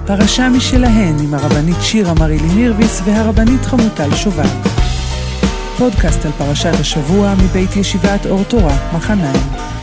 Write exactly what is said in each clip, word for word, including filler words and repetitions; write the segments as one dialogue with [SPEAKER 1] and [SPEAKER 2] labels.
[SPEAKER 1] פרשה משלהן עם הרבנית שירה מרילי מירביס והרבנית חמוטל שובל. פודקאסט על פרשת השבוע מבית ישיבת אור תורה, מחניים.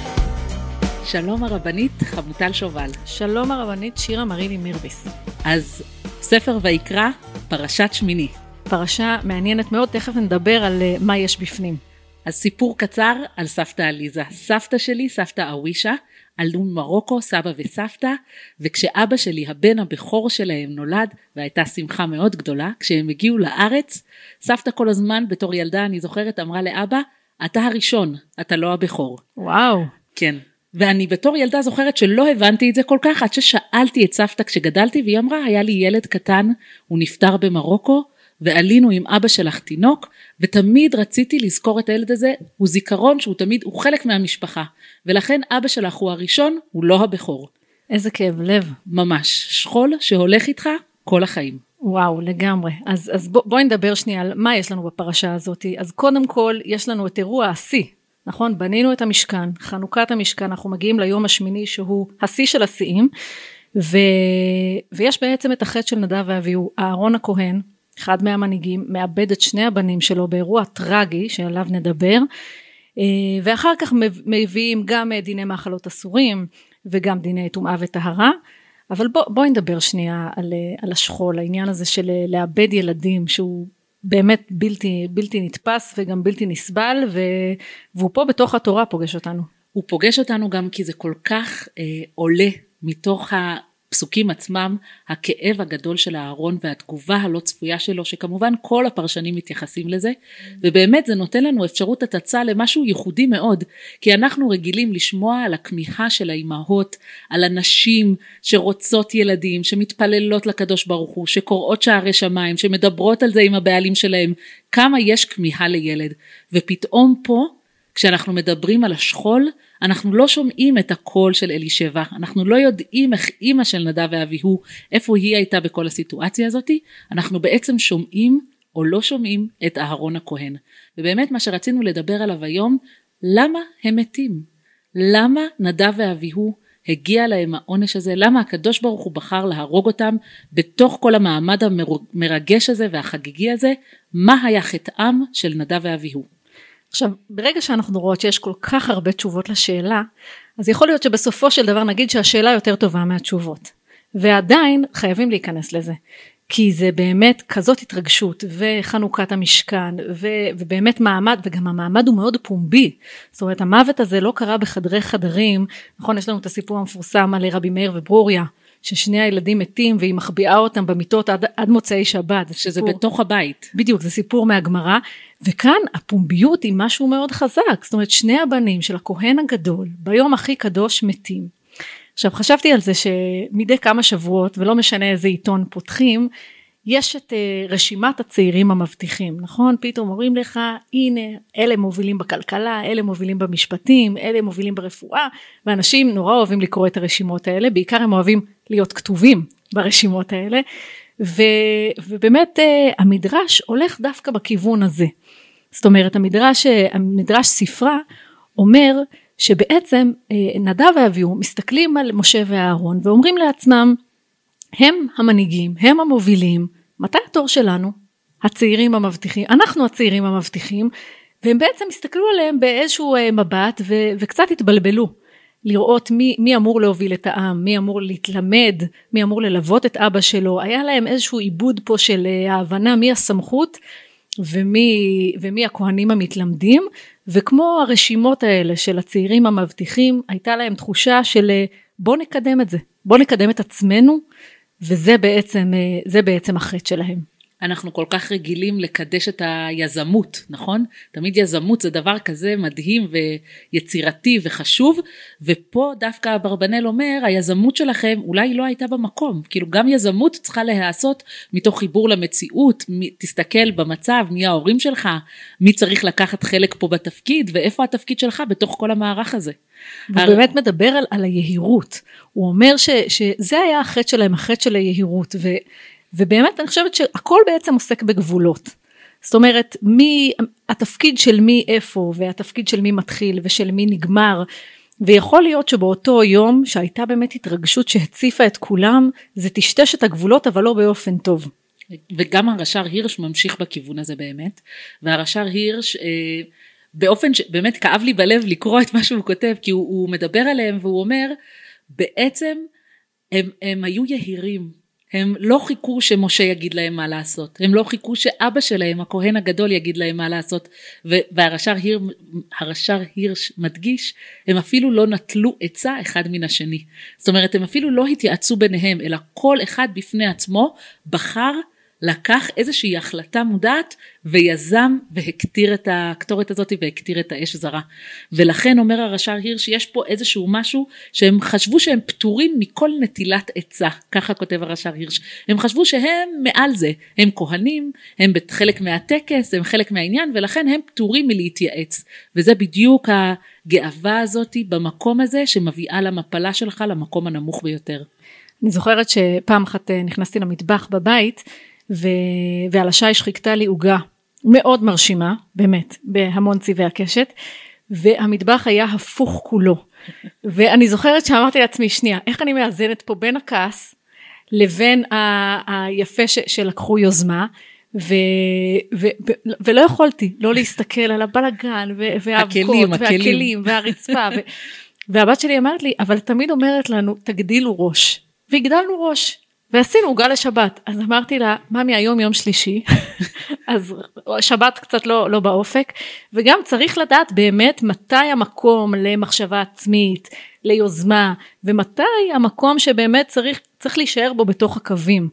[SPEAKER 2] שלום הרבנית חמוטל שובל.
[SPEAKER 3] שלום הרבנית שירה מרילי מירביס.
[SPEAKER 2] אז ספר ויקרא, פרשת שמיני.
[SPEAKER 3] פרשה מעניינת מאוד, תכף נדבר על uh, מה יש בפנים.
[SPEAKER 2] אז סיפור קצר על סבתא עליזה. סבתא שלי, סבתא אווישה, עלו ממרוקו, סבא וסבתא, וכשאבא שלי, הבן הבכור שלהם, נולד, והייתה שמחה מאוד גדולה, כשהם הגיעו לארץ, סבתא כל הזמן בתור ילדה, אני זוכרת, אמרה לאבא, אתה הראשון, אתה לא הבכור.
[SPEAKER 3] וואו.
[SPEAKER 2] כן. ואני בתור ילדה זוכרת שלא הבנתי את זה כל כך, עד ששאלתי את סבתא כשגדלתי, והיא אמרה, היה לי ילד קטן, הוא נפטר במרוקו, ועלינו עם אבא שלך תינוק, ותמיד רציתי לזכור את הילד הזה, הוא זיכרון שהוא תמיד, הוא חלק מהמשפחה, ולכן אבא שלך הוא הראשון, הוא לא הבכור.
[SPEAKER 3] איזה כאב לב.
[SPEAKER 2] ממש, שכול שהולך איתך כל החיים.
[SPEAKER 3] וואו, לגמרי. אז, אז בוא, בואי נדבר שנייה על מה יש לנו בפרשה הזאת. אז קודם כל, יש לנו את אירוע השיא, נכון? בנינו את המשכן, חנוכת המשכן, אנחנו מגיעים ליום השמיני שהוא השיא של השיאים, ו... ויש בעצם את החטא של נדב ואביהו, אהרון הכהן, אחד מהמנהיגים, מאבד את שני הבנים שלו באירוע טרגי שעליו נדבר, ואחר כך מביאים גם דיני מאכלות אסורים, וגם דיני טומאה וטהרה, אבל בוא, בואי נדבר שנייה על, על השכול, העניין הזה של לאבד ילדים, שהוא באמת בלתי, בלתי נתפס וגם בלתי נסבל, ו, והוא פה בתוך התורה פוגש אותנו.
[SPEAKER 2] הוא פוגש אותנו גם כי זה כל כך אה, עולה מתוך ה... פסוקים עצמם, הכאב הגדול של אהרון והתגובה הלא צפויה שלו, שכמובן כל הפרשנים מתייחסים לזה, ובאמת זה נותן לנו אפשרות הצצה למשהו ייחודי מאוד, כי אנחנו רגילים לשמוע על הכמיהה של האימהות, על הנשים שרוצות ילדים, שמתפללות לקדוש ברוך הוא, שקוראות שערי שמיים, שמדברות על זה עם הבעלים שלהם, כמה יש כמיהה לילד, ופתאום פה, כשאנחנו מדברים על השכול, אנחנו לא שומעים את הקול של אלישבע, אנחנו לא יודעים איך אמא של נדב ואביהו, איפה היא הייתה בכל הסיטואציה הזאת, אנחנו בעצם שומעים או לא שומעים את אהרון הכהן. ובאמת מה שרצינו לדבר עליו היום, למה הם מתים? למה נדב ואביהו הגיע להם העונש הזה? למה הקדוש ברוך הוא בחר להרוג אותם בתוך כל המעמד המרגש הזה והחגיגי הזה? מה היה חטאם של נדב ואביהו?
[SPEAKER 3] עכשיו, ברגע שאנחנו רואות שיש כל כך הרבה תשובות לשאלה, אז יכול להיות שבסופו של דבר נגיד שהשאלה יותר טובה מהתשובות. ועדיין חייבים להיכנס לזה. כי זה באמת כזאת התרגשות וחנוכת המשכן ו- ובאמת מעמד, וגם המעמד הוא מאוד פומבי. זאת אומרת, המוות הזה לא קרה בחדרי חדרים. נכון, יש לנו את הסיפור המפורסם על רבי מאיר וברוריה, ששני הילדים מתים והיא מחביאה אותם במיטות עד, עד מוצאי שבת.
[SPEAKER 2] שזה
[SPEAKER 3] סיפור,
[SPEAKER 2] בתוך הבית.
[SPEAKER 3] בדיוק, זה סיפור מהגמרא. וכאן הפומביות היא משהו מאוד חזק. זאת אומרת, שני הבנים של הכהן הגדול ביום הכי קדוש מתים. עכשיו חשבתי על זה שמדי כמה שבועות, ולא משנה איזה עיתון פותחים, יש את רשימת הצעירים המבטיחים, נכון? פתאום אומרים לך, הנה, אלה מובילים בכלכלה, אלה מובילים במשפטים, אלה מובילים ברפואה, ואנשים נורא אוהבים לקרוא את הרשימות האלה, בעיקר הם אוהבים להיות כתובים ברשימות האלה, ו, ובאמת המדרש הולך דווקא בכיוון הזה. זאת אומרת, המדרש, המדרש ספרה אומר שבעצם נדב ואביהו מסתכלים על משה ואהרון ואומרים לעצמם, הם המנהיגים, הם המובילים, מתי התור שלנו? הצעירים המבטיחים, אנחנו הצעירים המבטיחים, והם בעצם הסתכלו עליהם באיזשהו מבט ו- וקצת התבלבלו, לראות מי, מי אמור להוביל את העם, מי אמור להתלמד, מי אמור ללוות את אבא שלו, היה להם איזשהו עיבוד פה של ההבנה מי הסמכות ומי, ומי הכהנים המתלמדים, וכמו הרשימות האלה של הצעירים המבטיחים, הייתה להם תחושה של בוא נקדם את זה, בוא נקדם את עצמנו, וזה בעצם, זה בעצם החטא שלהם.
[SPEAKER 2] אנחנו כל כך רגילים לקדש את היזמות, נכון? תמיד יזמות זה דבר כזה מדהים ויצירתי וחשוב, ופה דווקא אברבנאל אומר, היזמות שלכם אולי לא הייתה במקום, כאילו גם יזמות צריכה להיעשות מתוך חיבור למציאות, תסתכל במצב, מי ההורים שלך, מי צריך לקחת חלק פה בתפקיד, ואיפה התפקיד שלך בתוך כל המערך הזה.
[SPEAKER 3] הוא הר... באמת מדבר על, על היהירות, הוא אומר ש, שזה היה החטא שלהם, החטא של היהירות, ו... ובאמת אני חושבת שהכל בעצם עוסק בגבולות. זאת אומרת, מי, התפקיד של מי איפה, והתפקיד של מי מתחיל ושל מי נגמר, ויכול להיות שבאותו יום שהייתה באמת התרגשות שהציפה את כולם, זה טשטש את הגבולות אבל לא באופן טוב.
[SPEAKER 2] וגם הרש"ר הירש ממשיך בכיוון הזה באמת, והרש"ר הירש אה, באופן שבאמת כאב לי בלב לקרוא את מה שהוא כותב, כי הוא, הוא מדבר עליהם והוא אומר, בעצם הם, הם היו יהירים, הם לא חיכו שמשה יגיד להם מה לעשות, הם לא חיכו שאבא שלהם, הכהן הגדול, יגיד להם מה לעשות, והרש"ר היר, הרש"ר הירש מדגיש, הם אפילו לא נטלו עצה אחד מן השני, זאת אומרת הם אפילו לא התייעצו ביניהם, אלא כל אחד בפני עצמו בחר לקח איזושהי החלטה מודעת ויזם והקטיר את הקטורת הזאת והקטיר את האש זרה. ולכן אומר הרש"ר הירש שיש פה איזשהו משהו שהם חשבו שהם פטורים מכל נטילת עצה, ככה כותב הרש"ר הירש. הם חשבו שהם מעל זה, הם כהנים, הם חלק מהטקס, הם חלק מהעניין ולכן הם פטורים מלהתייעץ. וזה בדיוק הגאווה הזאת במקום הזה שמביאה למפלה שלך למקום הנמוך ביותר.
[SPEAKER 3] אני זוכרת שפעם אחת נכנסתי למטבח בבית, ו... ועל השיש חיכתה לי עוגה מאוד מרשימה, באמת, בהמון צבעי הקשת, והמטבח היה הפוך כולו. ואני זוכרת שאמרתי לעצמי, שנייה, איך אני מאזנת פה בין הכעס, לבין ה... היפה ש... שלקחו יוזמה, ו... ו... ו... ולא יכולתי לא להסתכל על הבלגן, ו... והאבקות, והכלים, והרצפה, ו... והבת שלי אמרת לי, אבל תמיד אומרת לנו, תגדילו ראש. והגדלנו ראש, ועשינו עוגה לשבת. אז אמרתי לה, ממי, היום יום שלישי, אז שבת קצת לא, לא באופק, וגם צריך לדעת באמת מתי המקום למחשבה עצמית, ליוזמה, ומתי המקום שבאמת צריך, צריך להישאר בו בתוך הקווים.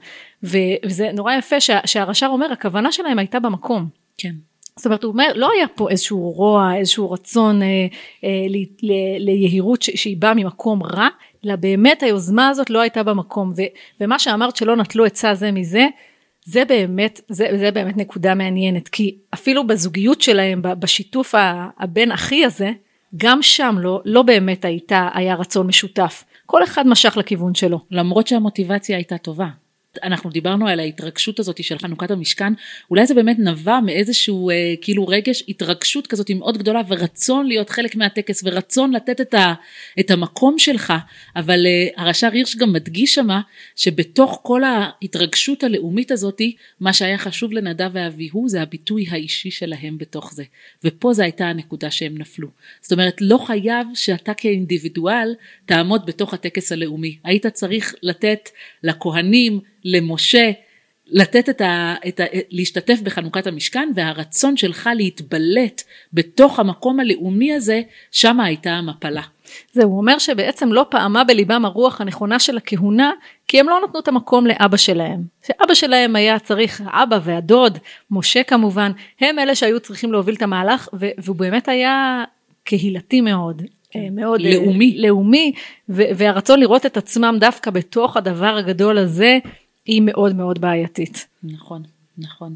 [SPEAKER 3] וזה נורא יפה שה, שהרש"ר אומר, הכוונה שלהם הייתה במקום.
[SPEAKER 2] כן.
[SPEAKER 3] זאת אומרת, הוא אומר, לא היה פה איזשהו רוע, איזשהו רצון אה, אה, ל, ל, ליהירות ש, שהיא באה ממקום רע, אלא באמת היוזמה הזאת לא הייתה במקום, ו, ומה שאמרת שלא נטלו עצה זה מזה, זה באמת, זה, זה באמת נקודה מעניינת, כי אפילו בזוגיות שלהם, בשיתוף הבן אחי הזה, גם שם לא, לא באמת הייתה, היה רצון משותף, כל אחד משך לכיוון שלו.
[SPEAKER 2] למרות שהמוטיבציה הייתה טובה. אנחנו דיברנו על ההתרגשות הזאת של חנוכת המשכן, אולי זה באמת נבע מאיזשהו אה, כאילו רגש, התרגשות כזאת מאוד גדולה, ורצון להיות חלק מהטקס, ורצון לתת את, ה, את המקום שלך, אבל אה, הרש"ר הירש גם מדגיש שמה, שבתוך כל ההתרגשות הלאומית הזאת, מה שהיה חשוב לנדב ואביהו, זה הביטוי האישי שלהם בתוך זה, ופה זו הייתה הנקודה שהם נפלו, זאת אומרת לא חייב שאתה כאינדיבידואל, תעמוד בתוך הטקס הלאומי, היית צריך לתת לכהנים, למשה, לתת את ה, את ה, להשתתף בחנוכת המשכן, והרצון שלך להתבלט בתוך המקום הלאומי הזה, שם הייתה המפלה.
[SPEAKER 3] זהו, הוא אומר שבעצם לא פעמה בליבם הרוח הנכונה של הכהונה, כי הם לא נתנו את המקום לאבא שלהם. שאבא שלהם היה צריך, האבא והדוד, משה כמובן, הם אלה שהיו צריכים להוביל את המהלך, והוא באמת היה קהילתי מאוד. מאוד
[SPEAKER 2] לאומי,
[SPEAKER 3] לאומי והרצון לראות את עצמם דווקא בתוך הדבר הגדול הזה, היא מאוד מאוד בעייתית.
[SPEAKER 2] נכון, נכון.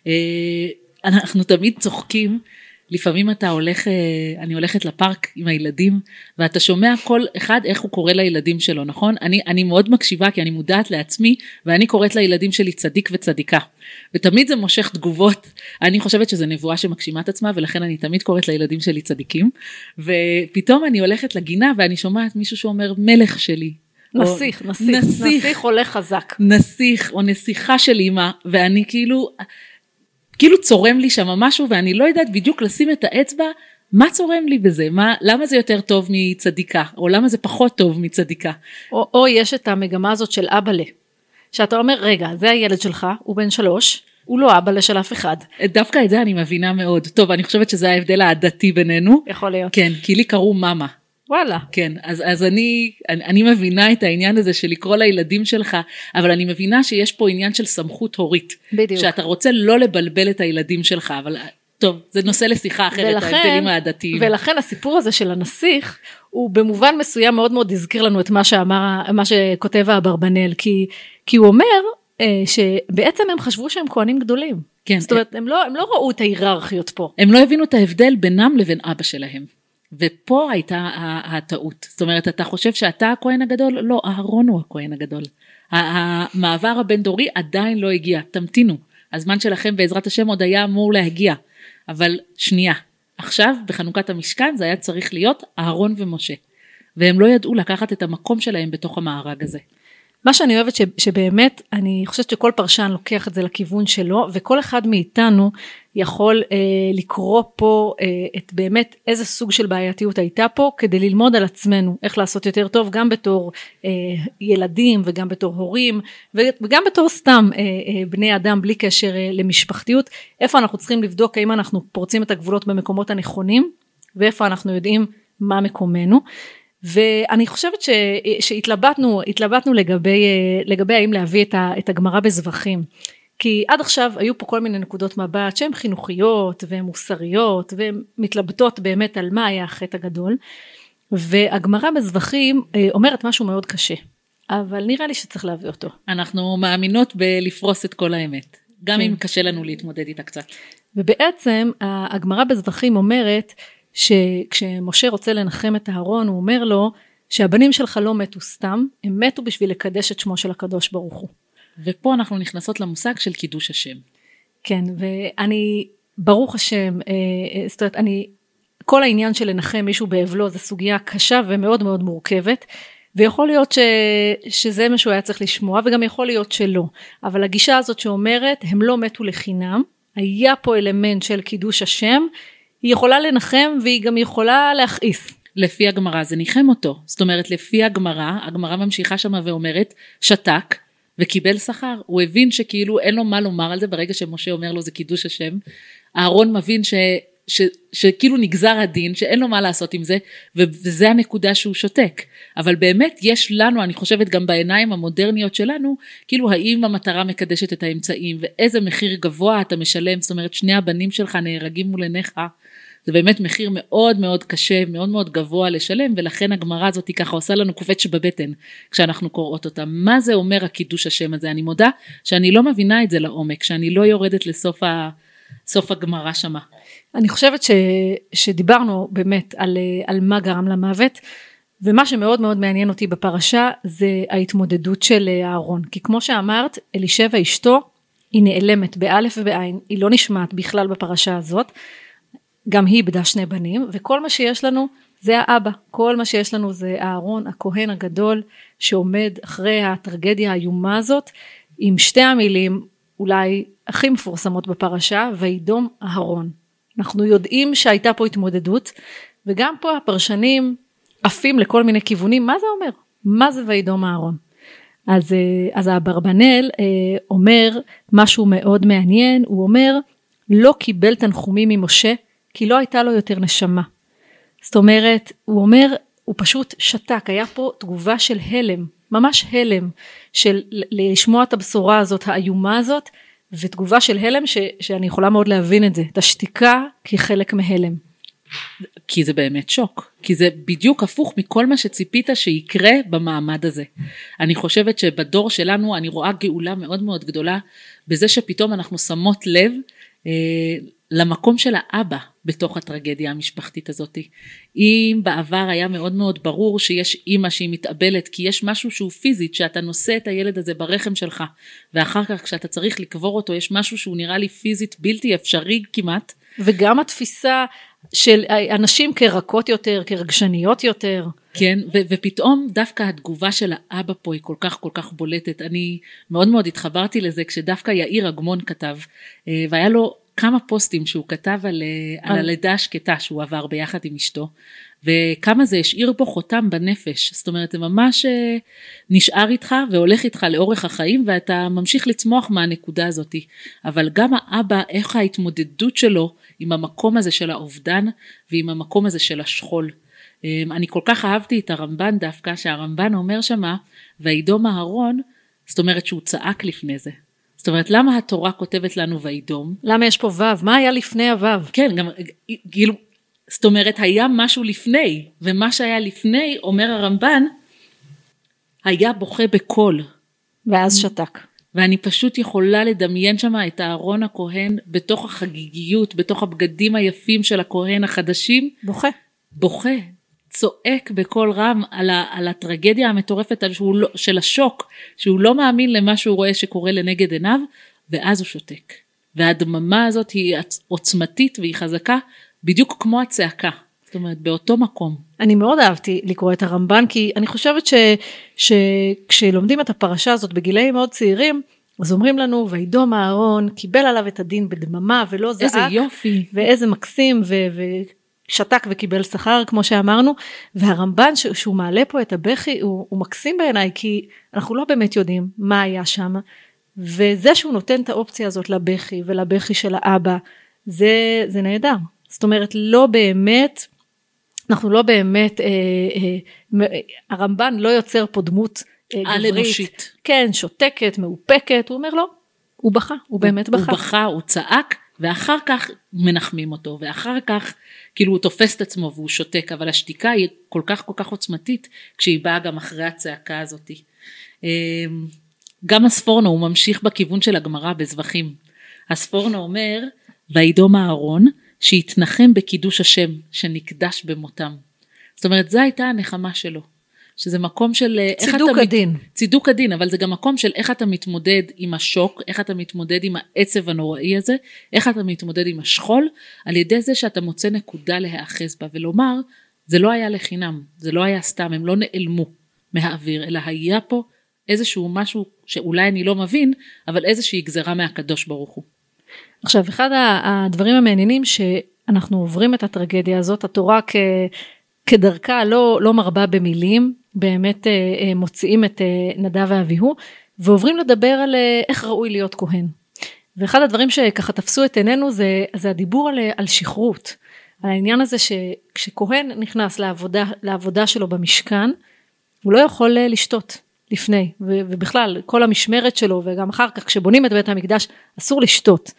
[SPEAKER 2] אנחנו תמיד צוחקים, לפעמים אתה הולך, אני הולכת לפארק עם הילדים, ואתה שומע כל אחד איך הוא קורא לילדים שלו, נכון? אני, אני מאוד מקשיבה, כי אני מודעת לעצמי, ואני קוראת לילדים שלי צדיק וצדיקה. ותמיד זה מושך תגובות, אני חושבת שזה נבואה שמגשימה את עצמה, ולכן אני תמיד קוראת לילדים שלי צדיקים, ופתאום אני הולכת לגינה, ואני שומעת מישהו שאומר, מלך שלי.
[SPEAKER 3] נסיך, נסיך, נסיך, נסיך עולה חזק.
[SPEAKER 2] נסיך, או נסיכה של אמא, ואני כאילו... כאילו צורם לי שם משהו, ואני לא יודעת בדיוק לשים את האצבע, מה צורם לי בזה? מה, למה זה יותר טוב מצדיקה? או למה זה פחות טוב מצדיקה?
[SPEAKER 3] או, או יש את המגמה הזאת של אבא-לה, שאתה אומר, רגע, זה הילד שלך, הוא בן שלוש, הוא לא אבא-לה של אף אחד.
[SPEAKER 2] דווקא את זה אני מבינה מאוד. טוב, אני חושבת שזה ההבדל העדתי בינינו.
[SPEAKER 3] יכול להיות.
[SPEAKER 2] כן, כי לי קראו מאמה.
[SPEAKER 3] וואלה.
[SPEAKER 2] כן, אז, אז אני, אני, אני מבינה את העניין הזה של לקרוא לילדים שלך, אבל אני מבינה שיש פה עניין של סמכות הורית.
[SPEAKER 3] בדיוק.
[SPEAKER 2] שאתה רוצה לא לבלבל את הילדים שלך, אבל טוב, זה נושא לשיחה אחרת, ולכן, ההבדלים העדתיים.
[SPEAKER 3] ולכן הסיפור הזה של הנסיך, הוא במובן מסוים מאוד מאוד הזכיר לנו את מה שאמר, מה שכותב האברבנאל, כי, כי הוא אומר אה, שבעצם הם חשבו שהם כהנים גדולים. כן. זאת אומרת, הם לא, הם לא ראו את ההיררכיות פה.
[SPEAKER 2] הם לא הבינו את ההבדל בינם לבין אבא שלהם. ופה הייתה הטעות, זאת אומרת, אתה חושב שאתה הכהן הגדול? לא, אהרון הוא הכהן הגדול. המעבר הבין דורי עדיין לא הגיע, תמתינו, הזמן שלכם בעזרת השם עוד היה אמור להגיע, אבל שנייה, עכשיו בחנוכת המשכן זה היה צריך להיות אהרון ומשה. והם לא ידעו לקחת את המקום שלהם בתוך המארג הזה.
[SPEAKER 3] מה שאני אוהבת ש, שבאמת, אני חושבת שכל פרשן לוקח את זה לכיוון שלו, וכל אחד מאיתנו יכול אה, לקרוא פה אה, את באמת איזה סוג של בעייתיות הייתה פה, כדי ללמוד על עצמנו, איך לעשות יותר טוב, גם בתור אה, ילדים, וגם בתור הורים, וגם בתור סתם אה, אה, בני אדם, בלי קשר אה, למשפחתיות, איפה אנחנו צריכים לבדוק, האם אנחנו פורצים את הגבולות במקומות הנכונים, ואיפה אנחנו יודעים מה מקומנו, ואני חושבת ש, שהתלבטנו, התלבטנו לגבי, לגבי האם להביא את, ה, את הגמרא בזבחים, כי עד עכשיו היו פה כל מיני נקודות מבט שהן חינוכיות והן מוסריות והן מתלבטות באמת על מה היה החטא הגדול, והגמרא בזבחים אומרת משהו מאוד קשה, אבל נראה לי שצריך להביא אותו.
[SPEAKER 2] אנחנו מאמינות בלפרוס את כל האמת, גם כן. אם קשה לנו להתמודד איתה קצת.
[SPEAKER 3] ובעצם הגמרא בזבחים אומרת, שכשמשה רוצה לנחם את אהרון, הוא אומר לו שהבנים שלך לא מתו סתם, הם מתו בשביל לקדש את שמו של הקדוש ברוך הוא.
[SPEAKER 2] ופה אנחנו נכנסות למושג של קידוש השם.
[SPEAKER 3] כן, ואני, ברוך השם, אה, זאת אומרת, אני, כל העניין של לנחם מישהו באבלו, זו סוגיה קשה ומאוד מאוד מורכבת, ויכול להיות ש, שזה מה שהוא היה צריך לשמוע, וגם יכול להיות שלא. אבל הגישה הזאת שאומרת, הם לא מתו לחינם, היה פה אלמנט של קידוש השם, היא יכולה לנחם והיא גם יכולה להכעיס.
[SPEAKER 2] לפי הגמרא זה ניחם אותו. זאת אומרת, לפי הגמרא, הגמרא ממשיכה שמה ואומרת, שתק וקיבל שכר. הוא הבין שכאילו אין לו מה לומר על זה, ברגע שמשה אומר לו זה קידוש השם. אהרון מבין ש, ש, שכאילו נגזר הדין, שאין לו מה לעשות עם זה, וזה הנקודה שהוא שותק. אבל באמת יש לנו, אני חושבת גם בעיניים המודרניות שלנו, כאילו האם המטרה מקדשת את האמצעים, ואיזה מחיר גבוה אתה משלם, זאת אומרת שני הבנים שלך נהרגים מול עיניך, זה באמת מחיר מאוד מאוד קשה, מאוד מאוד גבוה לשלם, ולכן הגמרא הזאת ככה עושה לנו קופץ שבבטן, כשאנחנו קוראות אותה. מה זה אומר הקידוש השם הזה? אני מודה שאני לא מבינה את זה לעומק, שאני לא יורדת לסוף ה, סוף הגמרא שמה.
[SPEAKER 3] אני חושבת ש, שדיברנו באמת על, על מה גרם למוות, ומה שמאוד מאוד מעניין אותי בפרשה, זה ההתמודדות של אהרון, כי כמו שאמרת, אלישבע אשתו, היא נעלמת באלף ובעין, היא לא נשמעת בכלל בפרשה הזאת, גם היא איבדה שני בנים, וכל מה שיש לנו זה האבא, כל מה שיש לנו זה אהרון, הכהן הגדול, שעומד אחרי הטרגדיה האיומה הזאת, עם שתי המילים אולי הכי מפורסמות בפרשה, וידום אהרון. אנחנו יודעים שהייתה פה התמודדות, וגם פה הפרשנים עפים לכל מיני כיוונים, מה זה אומר? מה זה וידום אהרון? אז, אז האברבנאל אומר משהו מאוד מעניין, הוא אומר, לא קיבל תנחומים ממשה, כי לא הייתה לו יותר נשמה. זאת אומרת, הוא אומר, הוא פשוט שתק, היה פה תגובה של הלם, ממש הלם, של לשמוע את הבשורה הזאת, האיומה הזאת, ותגובה של הלם ש, שאני יכולה מאוד להבין את זה, את השתיקה כחלק מהלם.
[SPEAKER 2] כי זה באמת שוק, כי זה בדיוק הפוך מכל מה שציפית שיקרה במעמד הזה. אני חושבת שבדור שלנו אני רואה גאולה מאוד מאוד גדולה, בזה שפתאום אנחנו שמות לב אה, למקום של האבא בתוך הטרגדיה המשפחתית הזאת. אם בעבר היה מאוד מאוד ברור שיש אימא שהיא מתאבלת, כי יש משהו שהוא פיזית, שאתה נושא את הילד הזה ברחם שלך, ואחר כך כשאתה צריך לקבור אותו, יש משהו שהוא נראה לי פיזית בלתי אפשרי כמעט.
[SPEAKER 3] וגם התפיסה של אנשים כרכות יותר, כרגשניות יותר.
[SPEAKER 2] כן, ו- ופתאום דווקא התגובה של האבא פה היא כל כך כל כך בולטת. אני מאוד מאוד התחברתי לזה כשדווקא יאיר אגמון כתב, והיה לו כמה פוסטים שהוא כתב על, על הלידה השקטה שהוא עבר ביחד עם אשתו, וכמה זה השאיר פה חותם בנפש. זאת אומרת, זה ממש נשאר איתך והולך איתך לאורך החיים, ואתה ממשיך לצמוח מהנקודה הזאת. אבל גם האבא, איך ההתמודדות שלו עם המקום הזה של האובדן, ועם המקום הזה של השכול. אני כל כך אהבתי את הרמב"ן דווקא, שהרמב"ן אומר שמה, וידום אהרון, זאת אומרת שהוא צעק לפני זה. זאת אומרת, למה התורה כותבת לנו וידום?
[SPEAKER 3] למה יש פה וו? מה היה לפני הוו?
[SPEAKER 2] כן, גם, כאילו, זאת אומרת, היה משהו לפני, ומה שהיה לפני, אומר הרמב"ן, היה בוכה בקול.
[SPEAKER 3] ואז שתק.
[SPEAKER 2] ואני פשוט יכולה לדמיין שם את אהרון הכהן, בתוך החגיגיות, בתוך הבגדים היפים של הכהן החדשים.
[SPEAKER 3] בוכה.
[SPEAKER 2] בוכה, צועק בקול רם על, ה, על הטרגדיה המטורפת לא, של השוק, שהוא לא מאמין למה שהוא רואה שקורה לנגד עיניו, ואז הוא שותק. והדממה הזאת היא עוצמתית והיא חזקה, בדיוק כמו הצעקה. זאת אומרת, באותו מקום.
[SPEAKER 3] אני מאוד אהבתי לקרוא את הרמב"ן, כי אני חושבת ש, שכשלומדים את הפרשה הזאת בגילאים מאוד צעירים, אז אומרים לנו, וידום אהרון, קיבל עליו את הדין בדממה, ולא זעק.
[SPEAKER 2] איזה יופי.
[SPEAKER 3] ואיזה מקסים, ו... ו שתק וקיבל שכר, כמו שאמרנו, והרמב"ן שהוא מעלה פה את הבכי, הוא, הוא מקסים בעיניי, כי אנחנו לא באמת יודעים מה היה שם, וזה שהוא נותן את האופציה הזאת לבכי, ולבכי של האבא, זה, זה נהדר. זאת אומרת, לא באמת, אנחנו לא באמת, אה, אה, הרמב"ן לא יוצר פה דמות אה, גברית, כן, שותקת, מאופקת, הוא אומר לא, הוא בכה, הוא באמת בכה.
[SPEAKER 2] הוא בכה, הוא צעק, ואחר כך מנחמים אותו, ואחר כך כאילו הוא תופס את עצמו והוא שותק, אבל השתיקה היא כל כך כל כך עוצמתית, כשהיא באה גם אחרי הצעקה הזאת. גם הספורנו הוא ממשיך בכיוון של הגמרא בזבחים. הספורנו אומר, וידום אהרון, שיתנחם בקידוש השם, שנקדש במותם. זאת אומרת, זו הייתה הנחמה שלו. שזה מקום של
[SPEAKER 3] צידוק הדין.
[SPEAKER 2] מת... צידוק הדין, אבל זה גם מקום של איך אתה מתמודד עם השוק, איך אתה מתמודד עם העצב הנוראי הזה, איך אתה מתמודד עם השכול, על ידי זה שאתה מוצא נקודה להאחז בה, ולומר, זה לא היה לחינם, זה לא היה סתם, הם לא נעלמו מהאוויר, אלא היה פה איזשהו משהו שאולי אני לא מבין, אבל איזושהי גזרה מהקדוש ברוך הוא.
[SPEAKER 3] עכשיו, אחד הדברים המעניינים שאנחנו עוברים את הטרגדיה הזאת, התורה כ... כדרכה לא, לא מרבה במילים, באמת אה, מוציאים את אה, נדב ואביהו, ועוברים לדבר על אה, איך ראוי להיות כהן. ואחד הדברים שככה תפסו את עינינו, זה, זה הדיבור על, על שכרות, על העניין הזה שכשכהן נכנס לעבודה, לעבודה שלו במשכן, הוא לא יכול אה, לשתות לפני, ו, ובכלל כל המשמרת שלו, וגם אחר כך כשבונים את בית המקדש, אסור לשתות.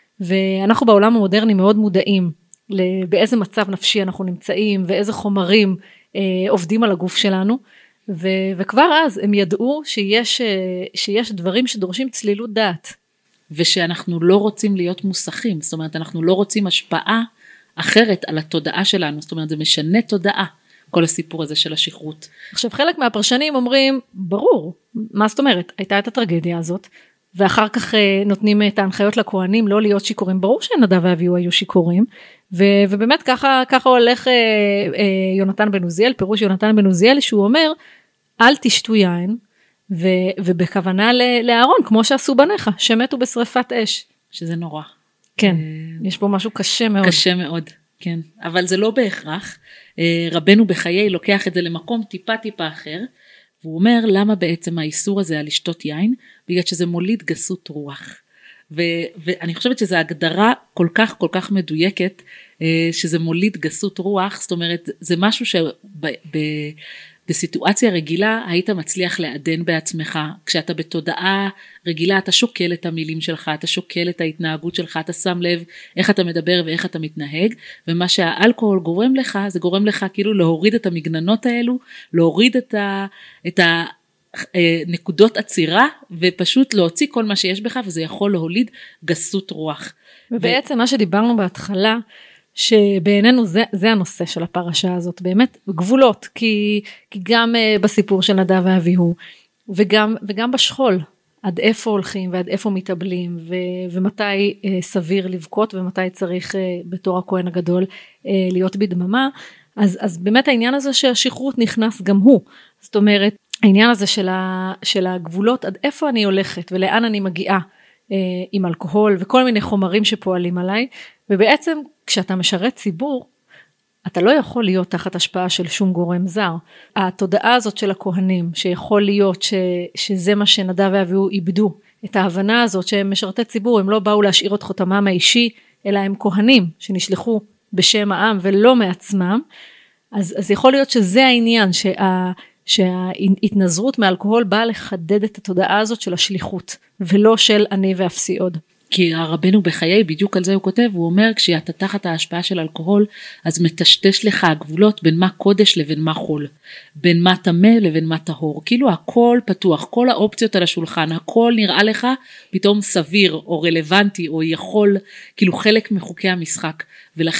[SPEAKER 3] ואנחנו בעולם המודרני מאוד מודעים, באיזה מצב נפשי אנחנו נמצאים, ואיזה חומרים אה, עובדים על הגוף שלנו, ו, וכבר אז הם ידעו שיש, אה, שיש דברים שדורשים צלילות דעת.
[SPEAKER 2] ושאנחנו לא רוצים להיות מוסכים, זאת אומרת, אנחנו לא רוצים השפעה אחרת על התודעה שלנו, זאת אומרת, זה משנה תודעה, כל הסיפור הזה של השכרות.
[SPEAKER 3] עכשיו, חלק מהפרשנים אומרים, ברור, מה זאת אומרת? הייתה את הטרגדיה הזאת, ואחר כך נותנים את ההנחיות לכהנים לא להיות שיכורים, ברור שנדב ואביהו היו שיכורים, ו, ובאמת ככה, ככה הולך אה, אה, יונתן בן עוזיאל, פירוש יונתן בן עוזיאל, שהוא אומר, אל תשתו יין, ו, ובכוונה לאהרון, כמו שעשו בניך, שמתו בשריפת אש.
[SPEAKER 2] שזה נורא.
[SPEAKER 3] כן, יש פה משהו קשה מאוד.
[SPEAKER 2] קשה מאוד, כן, אבל זה לא בהכרח, רבנו בחיי לוקח את זה למקום טיפה טיפה אחר, והוא אומר למה בעצם האיסור הזה על לשתות יין, בגלל שזה מוליד גסות רוח. ו, ואני חושבת שזו הגדרה כל כך כל כך מדויקת, שזה מוליד גסות רוח, זאת אומרת זה משהו שבסיטואציה רגילה היית מצליח לעדן בעצמך, כשאתה בתודעה רגילה אתה שוקל את המילים שלך, אתה שוקל את ההתנהגות שלך, אתה שם לב איך אתה מדבר ואיך אתה מתנהג, ומה שהאלכוהול גורם לך, זה גורם לך כאילו להוריד את המגננות האלו, להוריד את ה... את ה נקודות עצירה, ופשוט להוציא כל מה שיש בך, וזה יכול להוליד גסות רוח.
[SPEAKER 3] ובעצם מה שדיברנו בהתחלה, שבעינינו זה, זה הנושא של הפרשה הזאת, באמת גבולות, כי, כי גם בסיפור של נדב ואביהו, וגם, וגם בשכול, עד איפה הולכים ועד איפה מתאבלים, ו, ומתי סביר לבכות, ומתי צריך בתור הכהן הגדול להיות בדממה, אז, אז באמת העניין הזה שהשכרות נכנס גם הוא, זאת אומרת, העניין הזה של, ה, של הגבולות, עד איפה אני הולכת ולאן אני מגיעה אה, עם אלכוהול וכל מיני חומרים שפועלים עליי, ובעצם כשאתה משרת ציבור, אתה לא יכול להיות תחת השפעה של שום גורם זר. התודעה הזאת של הכהנים, שיכול להיות ש, שזה מה שנדב ואביהו איבדו, את ההבנה הזאת שהם משרתי ציבור, הם לא באו להשאיר את חותמם האישי, אלא הם כהנים שנשלחו בשם העם ולא מעצמם, אז, אז יכול להיות שזה העניין שה... שההתנזרות מאלכוהול באה לחדד את התודעה הזאת של השליחות, ולא של אני ואפסי עוד.
[SPEAKER 2] כי הרבנו בחיי, בדיוק על זה הוא כותב, הוא אומר, כשאתה תחת ההשפעה של אלכוהול, אז מטשטש לך הגבולות בין מה קודש לבין מה חול, בין מה טמא לבין מה טהור, כאילו הכל פתוח, כל האופציות על השולחן, הכל נראה לך פתאום סביר או רלוונטי או יכול, כאילו חלק מחוקי המשחק, ולכן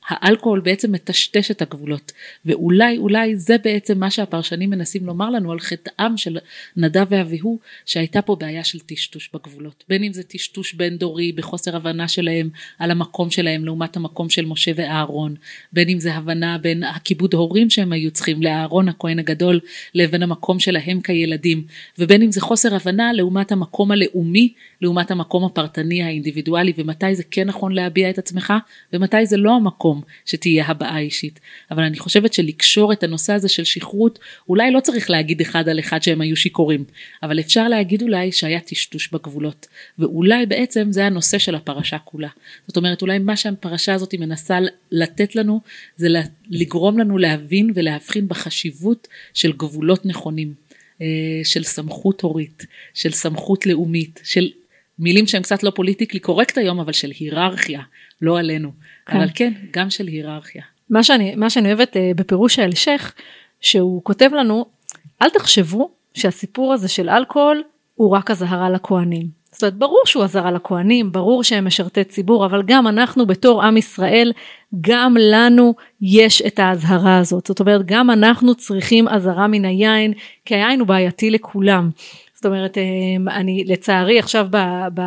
[SPEAKER 2] האלכוהול בעצם מטשטש את הגבולות, ואולי אולי זה בעצם מה שהפרשנים מנסים לומר לנו על חטאם של נדב ואביהו, שהייתה פה בעיה של טשטוש בגבולות, בין אם זה טשטוש בין דורי בחוסר הבנה שלהם על המקום שלהם לעומת המקום של משה ואהרון, בין אם זה הבנה בין הכיבוד הורים שהם היו צריכים לאהרון הכהן הגדול לבין המקום שלהם כילדים, ובין אם זה חוסר הבנה לעומת המקום הלאומי לעומת המקום הפרטני האינדיבידואלי, ומתי זה כן נכון להביע את עצמך ומתי זה לא המקום שתהיה הבעה אישית. אבל אני חושבת שלקשור את הנושא הזה של שכרות, אולי לא צריך להגיד אחד על אחד שהם היו שיכורים, אבל אפשר להגיד אולי שהיה טשטוש בגבולות, ואולי בעצם זה הנושא של הפרשה כולה. זאת אומרת, אולי מה שהפרשה הזאת מנסה לתת לנו, זה לגרום לנו להבין ולהבחין בחשיבות של גבולות נכונים, של סמכות הורית, של סמכות לאומית, של מילים שהן קצת לא פוליטיקלי קורקט היום, אבל של היררכיה, לא עלינו. כן. אבל כן, גם של היררכיה.
[SPEAKER 3] מה שאני, מה שאני אוהבת בפירוש ההמשך, שהוא כותב לנו, אל תחשבו שהסיפור הזה של אלכוהול, הוא רק הזהרה לכהנים. זאת אומרת, ברור שהוא הזהרה לכהנים, ברור שהם משרתי ציבור, אבל גם אנחנו בתור עם ישראל, גם לנו יש את ההזהרה הזאת. זאת אומרת, גם אנחנו צריכים הזהרה מן היין, כי היין הוא בעייתי לכולם. זאת אומרת, אני לצערי עכשיו ב, ב,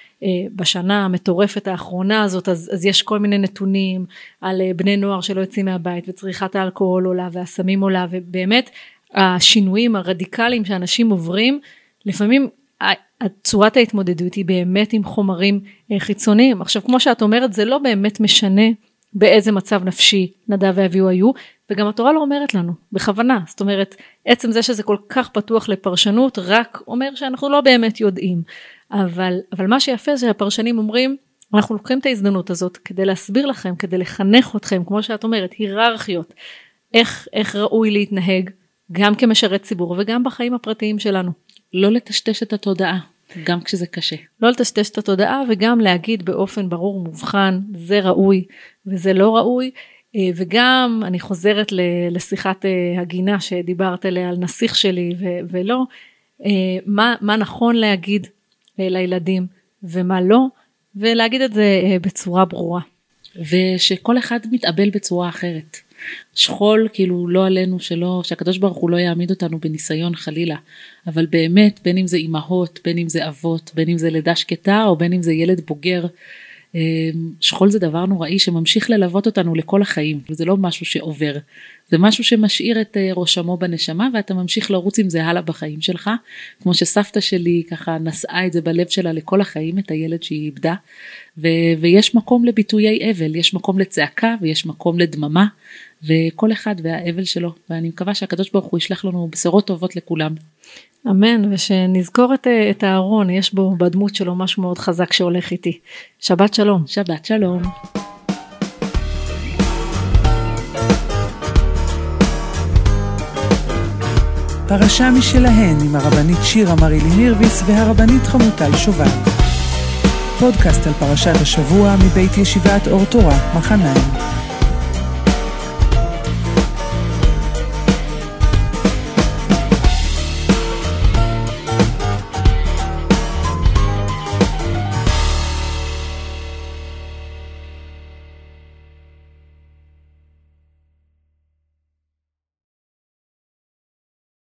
[SPEAKER 3] בשנה המטורפת האחרונה הזאת, אז, אז יש כל מיני נתונים על בני נוער שלא יוצאים מהבית, וצריכת האלכוהול עולה, והסמים עולה, ובאמת השינויים הרדיקליים שאנשים עוברים, לפעמים צורת ההתמודדות היא באמת עם חומרים חיצוניים. עכשיו, כמו שאת אומרת, זה לא באמת משנה באיזה מצב נפשי נדב ואביהו היו, וגם התורה לא אומרת לנו, בכוונה. זאת אומרת, עצם זה שזה כל כך פתוח לפרשנות, רק אומר שאנחנו לא באמת יודעים. אבל, אבל מה שיפה זה שהפרשנים אומרים, אנחנו לוקחים את ההזדמנות הזאת כדי להסביר לכם, כדי לחנך אתכם, כמו שאת אומרת, היררכיות, איך, איך ראוי להתנהג, גם כמשרת ציבור וגם בחיים הפרטיים שלנו.
[SPEAKER 2] לא לטשטש את התודעה, גם כשזה קשה.
[SPEAKER 3] לא לטשטש את התודעה וגם להגיד באופן ברור ומובחן, זה ראוי וזה לא ראוי, וגם אני חוזרת לשיחת הגינה שדיברת עליה על נסיך שלי ו- ולא, מה, מה נכון להגיד לילדים ומה לא, ולהגיד את זה בצורה ברורה.
[SPEAKER 2] ושכל אחד מתאבל בצורה אחרת. שכול כאילו לא עלינו, שלא, שהקדוש ברוך הוא לא יעמיד אותנו בניסיון חלילה, אבל באמת בין אם זה אימהות, בין אם זה אבות, בין אם זה לידה שקטה או בין אם זה ילד בוגר, שכול זה דבר נוראי שממשיך ללוות אותנו לכל החיים, וזה לא משהו שעובר, זה משהו שמשאיר את ראשמו בנשמה, ואתה ממשיך לרוץ עם זה הלאה בחיים שלך, כמו שסבתא שלי ככה נשאה את זה בלב שלה לכל החיים, את הילד שהיא איבדה, ו- ויש מקום לביטויי אבל, יש מקום לצעקה ויש מקום לדממה, וכל אחד והאבל שלו, ואני מקווה שהקדוש ברוך הוא ישלח לנו בשורות טובות לכולם.
[SPEAKER 3] אמן, ושנזכור את, את הארון, יש בו בדמות שלו משהו מאוד חזק שהולך איתי. שבת שלום.
[SPEAKER 2] שבת שלום.
[SPEAKER 1] פרשה משלהן עם הרבנית שירה מרילי מירביס והרבנית חמוטל שובל. פודקאסט על פרשת השבוע מבית ישיבת אור תורה מחניים.